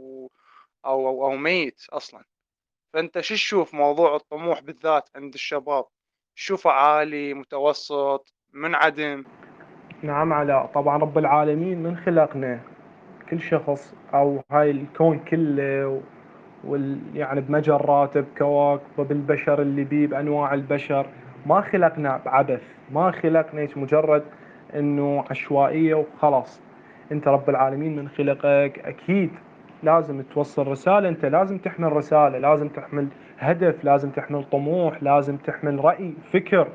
او ميت اصلا، فانت شو تشوف موضوع الطموح بالذات عند الشباب؟ تشوفه عالي، متوسط، منعدم؟ نعم علاء، طبعا رب العالمين من خلقنا كل شخص أو هاي الكون كله يعني بمجراته بكواكبه بالبشر اللي بيه بأنواع البشر، ما خلقنا بعبث، ما خلقنا مجرد انه عشوائية وخلاص. انت رب العالمين من خلقك اكيد لازم توصل رسالة، انت لازم تحمل رسالة، لازم تحمل هدف، لازم تحمل طموح، لازم تحمل رأي فكر.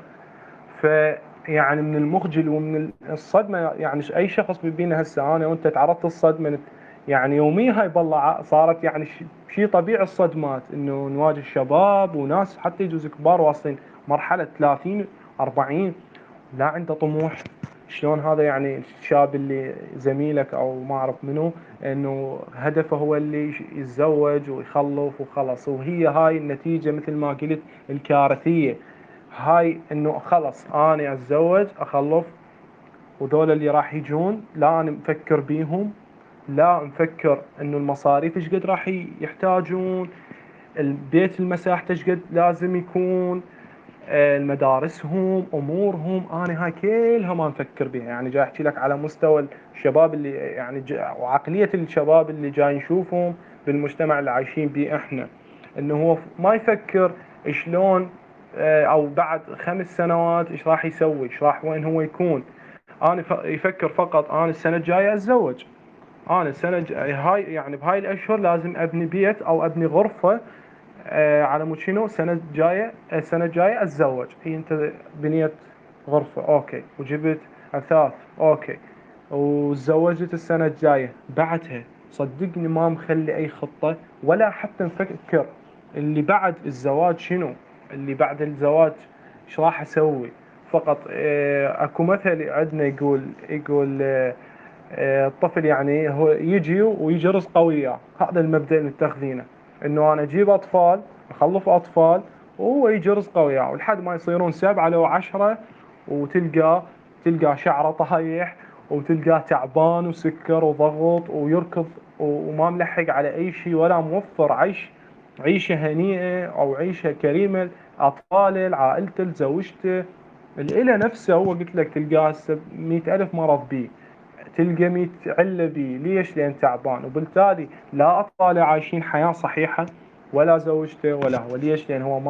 فيعني من المخجل ومن الصدمه، يعني اي شخص بيبينا هسه انا وانت تعرضت للصدمه يعني يوميا، هاي بالله صارت يعني شيء طبيعي الصدمات، انه نواجه شباب وناس حتى يجوز كبار واصلين مرحله 30 40 لا عنده طموح. شلون هذا يعني الشاب اللي زميلك او ما اعرف منو انه هدفه هو اللي يتزوج ويخلف وخلص، وهي هاي النتيجه مثل ما قلت الكارثيه. هاي انه خلص انا اتزوج اخلف، وذول اللي راح يجون لا انا مفكر بيهم، لا مفكر انه المصاريف ايش قد راح يحتاجون، البيت المساحته ايش قد لازم يكون، مدارسهم امورهم، انا هاي كلها ما نفكر بها. يعني جاي احكي لك على مستوى الشباب اللي يعني وعقليه الشباب اللي جاي نشوفهم بالمجتمع اللي عايشين به احنا، انه هو ما يفكر شلون او بعد 5 سنوات ايش راح يسوي، ايش راح وين هو يكون. انا يفكر فقط انا السنه الجايه اتزوج، انا السنه هاي يعني بهاي الاشهر لازم ابني بيت او ابني غرفه، على مود شنو السنه الجايه اتزوج. هي انت بنيت غرفه اوكي، وجبت اثاث اوكي، وتزوجت السنه الجايه، بعدها صدقني ما مخلي اي خطه ولا حتى نفكر اللي بعد الزواج شنو، اللي بعد الزواج ايش راح اسوي. فقط اكو مثل عندنا يقول الطفل يعني هو يجي ويجي رزقه وياه، هذا المبدأ اللي متخذينه، انه انا اجيب اطفال اخلف اطفال وهو يجي رزقه وياه، ولحد ما يصيرون 7 أو 10 تلقى شعره طايح، وتلقاه تعبان وسكر وضغط ويركض وما ملحق على اي شيء، ولا موفر عيشة هنيئة او عيشة كريمة اطفاله عائلته زوجته. الإله نفسه هو قلت لك تلقاه 100,000 مرض بيه، تلقى 100 علة بيه. ليش؟ لأن تعبان، وبالتالي لا أطفاله عايشين حياة صحيحة ولا زوجته ولا هو. ليش؟ لأن هو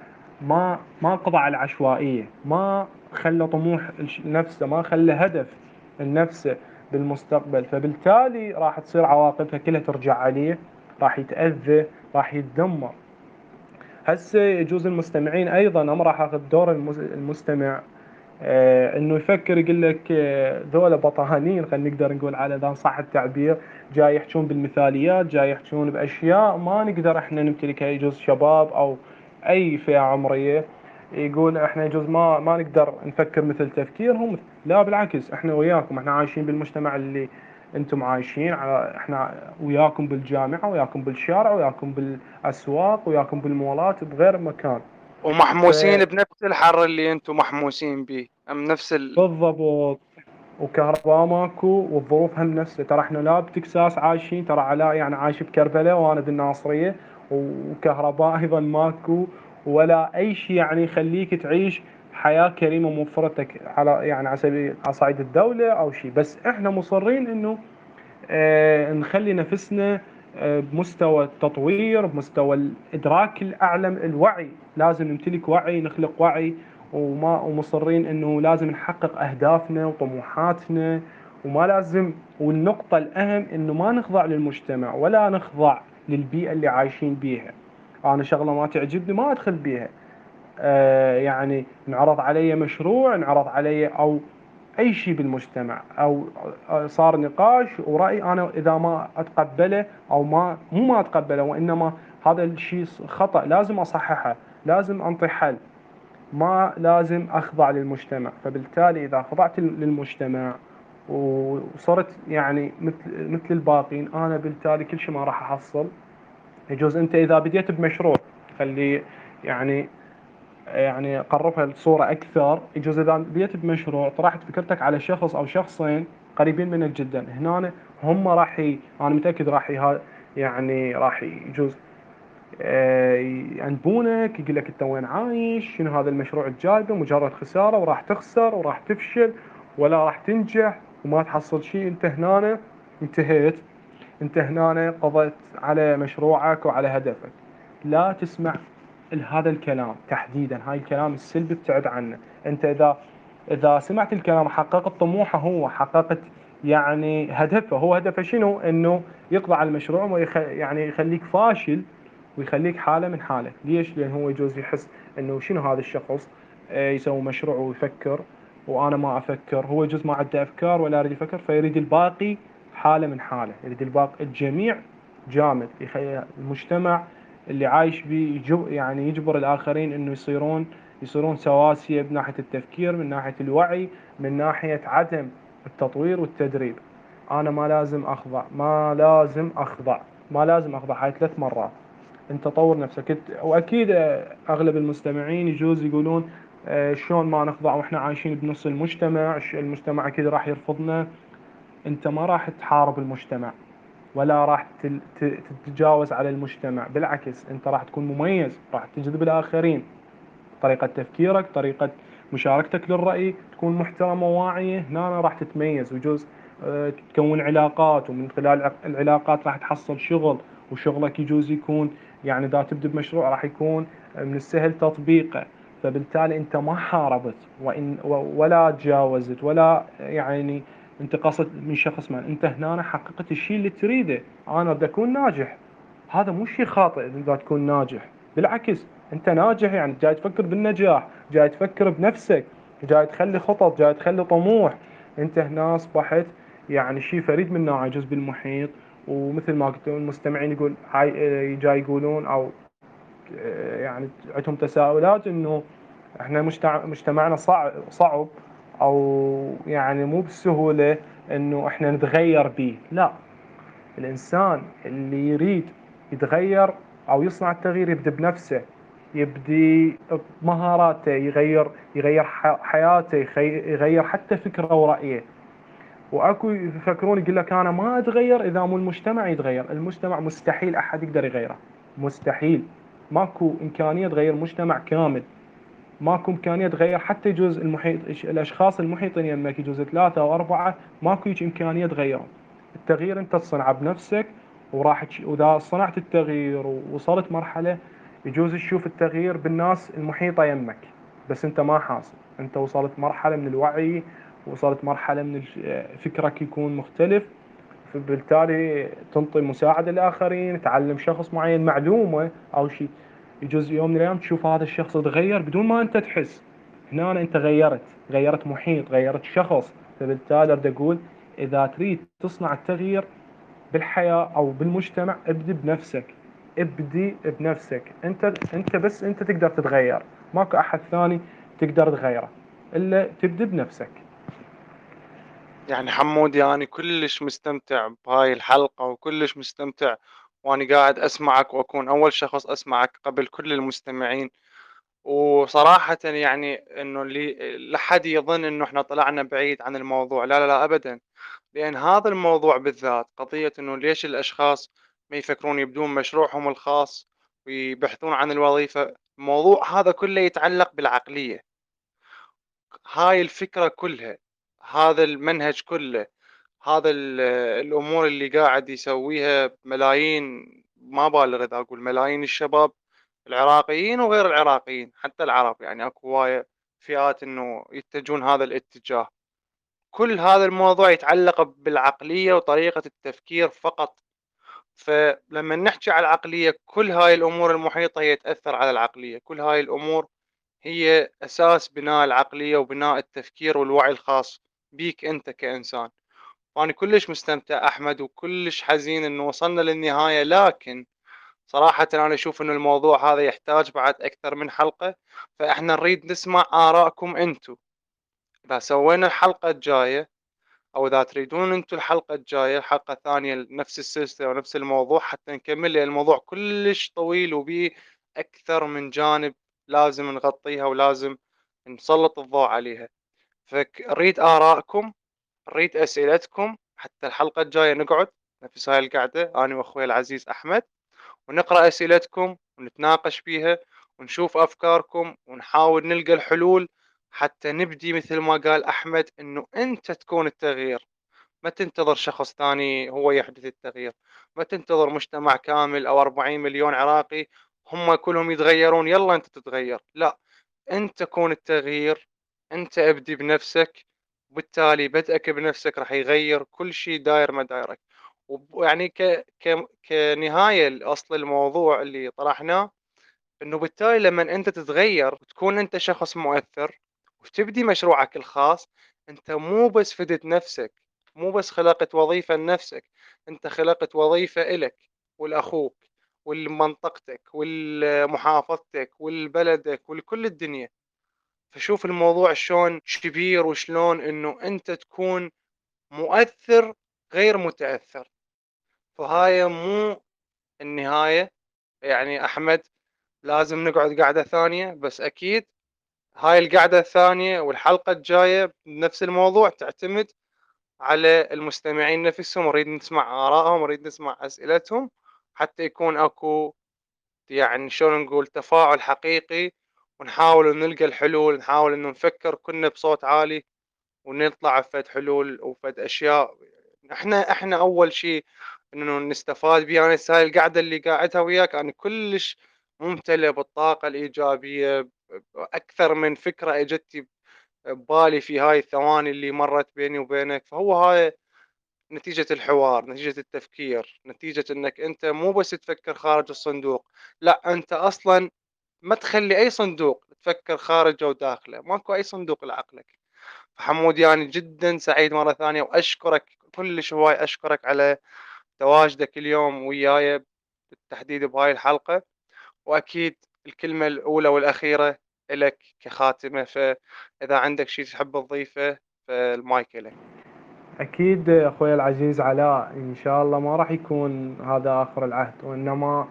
ما قضى على العشوائية، ما خلى طموح نفسه، ما خلى هدف لنفسه بالمستقبل، فبالتالي راح تصير عواقبها كلها ترجع عليه، راح يتأذى، راح يتدمر. هسه يجوز المستمعين ايضا، انا راح اخذ دور المستمع، انه يفكر يقول لك ذولا بطهانين، خلينا نقدر نقول على اذا صح التعبير، جاي يحجون بالمثاليات، جاي يحجون باشياء ما نقدر احنا نمتلكها. يجوز شباب او اي فئة عمرية، يقول احنا يجوز ما نقدر نفكر مثل تفكيرهم. لا بالعكس، احنا وياكم، احنا عايشين بالمجتمع اللي انتم عايشين احنا وياكم بالجامعة، وياكم بالشارع، وياكم بالاسواق، وياكم بالمولات، بغير مكان. ومحموسين بنفس الحر اللي انتم محموسين به، ام نفس فبالضبط، وكهرباء ماكو، والظروف هم نفسها. ترى احنا لا بتكساس عايشين، ترى علاء يعني عايش بكربلاء وانا بالناصريه، وكهرباء ايضا ماكو، ولا اي شيء يعني يخليك تعيش حياه كريمه موفرتك على يعني على سبيل على صعيد الدوله او شيء. بس احنا مصرين انه نخلي نفسنا بمستوى التطوير، بمستوى الإدراك الأعلى، الوعي. لازم نمتلك وعي، نخلق وعي، ومصرين إنه لازم نحقق أهدافنا وطموحاتنا، وما لازم. والنقطة الأهم إنه ما نخضع للمجتمع ولا نخضع للبيئة اللي عايشين بيها. أنا شغلة ما تعجبني ما أدخل بيها. يعني انعرض علي مشروع، انعرض علي او اي شيء بالمجتمع، او صار نقاش ورأي، انا اذا ما اتقبله او ما اتقبله، وانما هذا الشيء خطأ لازم اصححه، لازم انطي حل، ما لازم اخضع للمجتمع. فبالتالي اذا خضعت للمجتمع وصرت يعني مثل الباقين، انا بالتالي كل شيء ما راح احصل. يجوز انت اذا بديت بمشروع، خلي يعني قربها لصورة أكثر. يجوز إذا بديت بمشروع طرحت فكرتك على شخص أو شخصين قريبين منك جدا، هنا هم أنا متأكد يعني راح يجوز ينبونك، يقول لك أنت وين عايش، شنو هذا المشروع الجايبه، مجرد خسارة وراح تخسر وراح تفشل ولا راح تنجح وما تحصل شيء. أنت هنا انتهيت، انت هنا قضيت على مشروعك وعلى هدفك. لا تسمع هذا الكلام تحديدا، هاي الكلام السلبي ابتعد عنه. انت اذا سمعت الكلام، حققت طموحه، هو حققت يعني هدفه، هو هدفه شنو؟ انه يقضي على المشروع يعني يخليك فاشل، ويخليك حاله من حاله. ليش؟ لان هو يجوز يحس انه شنو هذا الشخص يسوي مشروع ويفكر وانا ما افكر، هو يجوز ما عنده افكار ولا يريد يفكر، فيريد الباقي حاله من حاله، يريد الباقي الجميع جامد. المجتمع اللي عايش به يعني يجبر الاخرين انه يصيرون سواسية من ناحية التفكير، من ناحية الوعي، من ناحية عدم التطوير والتدريب. انا ما لازم اخضع، ما لازم اخضع هاي 3 مرات. انت طور نفسك. واكيد اغلب المستمعين يجوز يقولون شلون ما نخضع واحنا عايشين بنص المجتمع، المجتمع اكيد راح يرفضنا. انت ما راح تحارب المجتمع ولا راح تتجاوز على المجتمع، بالعكس انت راح تكون مميز، راح تجذب الاخرين. طريقة تفكيرك، طريقة مشاركتك للرأي تكون محترمة وواعية، هنا راح تتميز. ويجوز تكون علاقات، ومن خلال العلاقات راح تحصل شغل، وشغلك يجوز يكون يعني إذا تبدأ بمشروع راح يكون من السهل تطبيقه. فبالتالي أنت ما حاربت ولا تجاوزت ولا يعني انتقصت من شخص ما، أنت هنا حققت الشيء اللي تريده. أنا بدي أكون ناجح، هذا مو شيء خاطئ إذا تكون ناجح، بالعكس انت ناجح، يعني جاي تفكر بالنجاح، جاي تفكر بنفسك، جاي تخلي خطط، جاي تخلي طموح. انت هنا اصبحت يعني شيء فريد من نوعه، جزء بالمحيط. ومثل ما قلت المستمعين يقول هاي جاي يقولون او يعني عندهم تساؤلات انه احنا مجتمعنا صعب او يعني مو بالسهولة انه احنا نتغير به. لا، الإنسان اللي يريد يتغير أو يصنع التغيير يبدأ بنفسه، يبدي بمهاراته، يغير حياته، يغير حتى فكره ورأيه. واكو يفكرون يقول لك انا ما اتغير اذا مو المجتمع يتغير. المجتمع مستحيل احد يقدر يغيره، مستحيل. ماكو امكانيه تغير مجتمع كامل، ماكو امكانيه تغير حتى يجوز المحيط، الاشخاص المحيطين يمك يجوز 3 أو 4، ماكو هيك امكانيه تغيرهم. التغيير انت تصنعه بنفسك، واذا صنعت التغيير ووصلت مرحله، يجوز تشوف التغيير بالناس المحيطه يمك، بس انت ما حاصل. انت وصلت مرحله من الوعي، وصلت مرحله من فكرك يكون مختلف، فبالتالي تنطي مساعدة للآخرين، تعلم شخص معين معلومة أو شيء، يجوز يوم من الأيام تشوف هذا الشخص تغير بدون ما أنت تحس. هنا أنت غيرت محيط، غيرت شخص. فبالتالي بدي أقول إذا تريد تصنع التغيير بالحياة أو بالمجتمع ابدأ بنفسك. ابدي بنفسك. انت بس انت تقدر تتغير، ماكو احد ثاني تقدر تغيره الا تبدي بنفسك. يعني حمود، يعني كلش مستمتع بهاي الحلقة، وكلش مستمتع وأنا قاعد أسمعك، وأكون أول شخص أسمعك قبل كل المستمعين. وصراحة يعني إنه اللي لحد يظن إنه إحنا طلعنا بعيد عن الموضوع، لا لا لا أبدا. لأن هذا الموضوع بالذات، قضية إنه ليش الأشخاص ما يفكرون يبدون مشروعهم الخاص ويبحثون عن الوظيفة، الموضوع هذا كله يتعلق بالعقلية. هاي الفكرة كلها، هذا المنهج كله، هذا الأمور اللي قاعد يسويها ملايين، ما بالغ إذا أقول ملايين الشباب العراقيين وغير العراقيين، حتى العرب، يعني أكو هواية فئات إنه يتجهون هذا الاتجاه. كل هذا الموضوع يتعلق بالعقلية وطريقة التفكير فقط. فلما نحكي على العقلية، كل هاي الأمور المحيطة هي تأثر على العقلية. كل هاي الأمور هي أساس بناء العقلية وبناء التفكير والوعي الخاص بيك أنت كإنسان. وأنا كلش مستمتع أحمد، وكلش حزين إنه وصلنا للنهاية، لكن صراحة أنا أشوف إنه الموضوع هذا يحتاج بعد أكثر من حلقة. فإحنا نريد نسمع آراءكم أنتم. إذا سوينا الحلقة الجاية، أو إذا تريدون أنتم الحلقة الجاية حلقة ثانية لنفس السلسلة ونفس الموضوع حتى نكمل، لأن الموضوع كلش طويل وبيه أكثر من جانب لازم نغطيها ولازم نسلط الضوء عليها. فنريد آراءكم، نريد أسئلتكم، حتى الحلقة الجاية نقعد نفس هاي القعدة أنا وأخوي العزيز أحمد، ونقرأ أسئلتكم ونتناقش فيها ونشوف أفكاركم ونحاول نلقى الحلول، حتى نبدي مثل ما قال أحمد إنه أنت تكون التغيير. ما تنتظر شخص ثاني هو يحدث التغيير. ما تنتظر مجتمع كامل أو 40 مليون عراقي هم كلهم يتغيرون يلا أنت تتغير. لا، أنت كون التغيير. أنت ابدي بنفسك، وبالتالي بدءك بنفسك راح يغير كل شيء داير مدايرك. ويعني كنهاية أصل الموضوع اللي طرحناه، انه بالتالي لما انت تتغير وتكون انت شخص مؤثر وتبدي مشروعك الخاص، انت مو بس فدت نفسك، مو بس خلقت وظيفة لنفسك، انت خلقت وظيفة إلك ولأخوك ولمنطقتك ولمحافظتك ولبلدك ولكل الدنيا. فشوف الموضوع شلون كبير، وشلون انه انت تكون مؤثر غير متأثر. فهاي مو النهاية. يعني أحمد، لازم نقعد قعدة ثانية، بس أكيد هاي القعدة الثانية والحلقة الجاية بنفس الموضوع تعتمد على المستمعين نفسهم. نريد نسمع آرائهم، نريد نسمع أسئلتهم، حتى يكون أكو يعني شلون نقول تفاعل حقيقي، ونحاول نلقى الحلول، نحاول إنه نفكر كنا بصوت عالي ونطلع بفد حلول وفد أشياء. احنا أول شيء إنه نستفاد بيه. أنا هاي القعدة اللي قاعدها وياك أنا كلش ممتلئ بالطاقة الإيجابية، أكثر من فكرة إجتني ببالي في هاي الثواني اللي مرت بيني وبينك. فهو هاي نتيجة الحوار، نتيجة التفكير، نتيجة إنك أنت مو بس تفكر خارج الصندوق، لا أنت أصلا ما تخلي أي صندوق تفكر خارجه وداخله. ماكو أي صندوق لعقلك. حمود، يعني جدا سعيد مرة ثانية، وأشكرك كلش هواي، أشكرك على تواجدك اليوم وياي بالتحديد بهاي الحلقة. وأكيد الكلمة الأولى والأخيرة إلك كخاتمة، فإذا عندك شيء تحب تضيفه فالمايك إلك. أكيد أخوي العزيز علاء، إن شاء الله ما راح يكون هذا آخر العهد، وإنما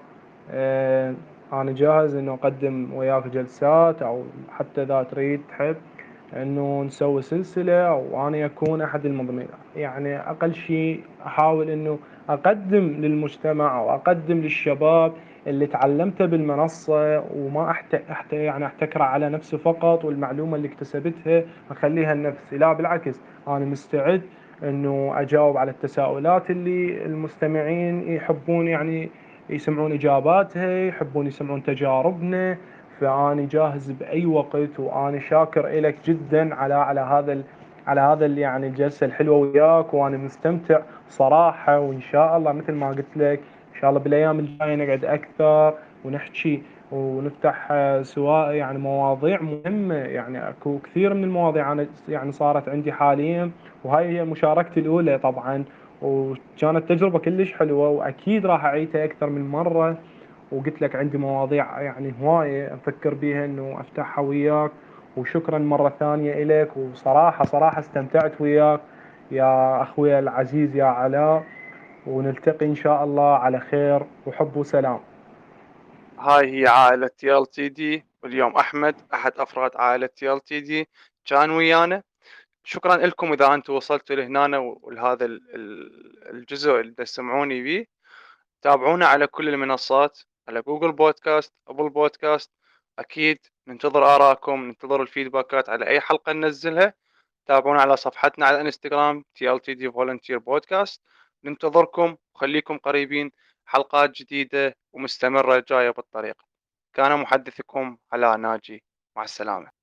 أنا جاهز إنه أقدم وياك جلسات، أو حتى إذا تريد تحب إنه نسوي سلسلة أو أنا أكون أحد المضمين. يعني أقل شيء أحاول إنه أقدم للمجتمع أو أقدم للشباب اللي تعلمته بالمنصة، وما يعني أحتكر على نفسي فقط، والمعلومة اللي اكتسبتها أخليها لنفسي. لا بالعكس، أنا مستعد انه اجاوب على التساؤلات اللي المستمعين يحبون يعني يسمعون اجاباتها، يحبون يسمعون تجاربنا. فاني جاهز باي وقت، واني شاكر لك جدا على هذا يعني الجلسه الحلوه وياك، وانا مستمتع صراحه. وان شاء الله مثل ما قلت لك، ان شاء الله بالايام الجايه نقعد اكثر ونحكي ونفتح سواء يعني مواضيع مهمه. يعني اكو كثير من المواضيع انا يعني صارت عندي حاليا، وهاي هي مشاركتي الأولى طبعا، وكانت تجربة كلش حلوة، وأكيد راح أعيدها أكثر من مرة. وقلت لك عندي مواضيع يعني هواية أفكر بيها إنه أفتحها وياك. وشكرا مرة ثانية إليك، وصراحة صراحة استمتعت وياك يا أخوي العزيز يا علاء. ونلتقي إن شاء الله على خير وحب وسلام. هاي هي عائلة تي ال تي دي، واليوم أحمد أحد أفراد عائلة تي ال تي دي كان ويانا. شكرا لكم إذا أنتم وصلتوا لهنا ولهذا الجزء اللي تسمعوني بيه. تابعونا على كل المنصات، على جوجل بودكاست، أبل بودكاست. أكيد ننتظر آراءكم، ننتظر الفيدباكات على أي حلقة ننزلها. تابعونا على صفحتنا على الانستغرام TLTD Volunteer Podcast. ننتظركم وخليكم قريبين، حلقات جديدة ومستمرة جاية بالطريق. كان محدثكم علاء ناجي، مع السلامة.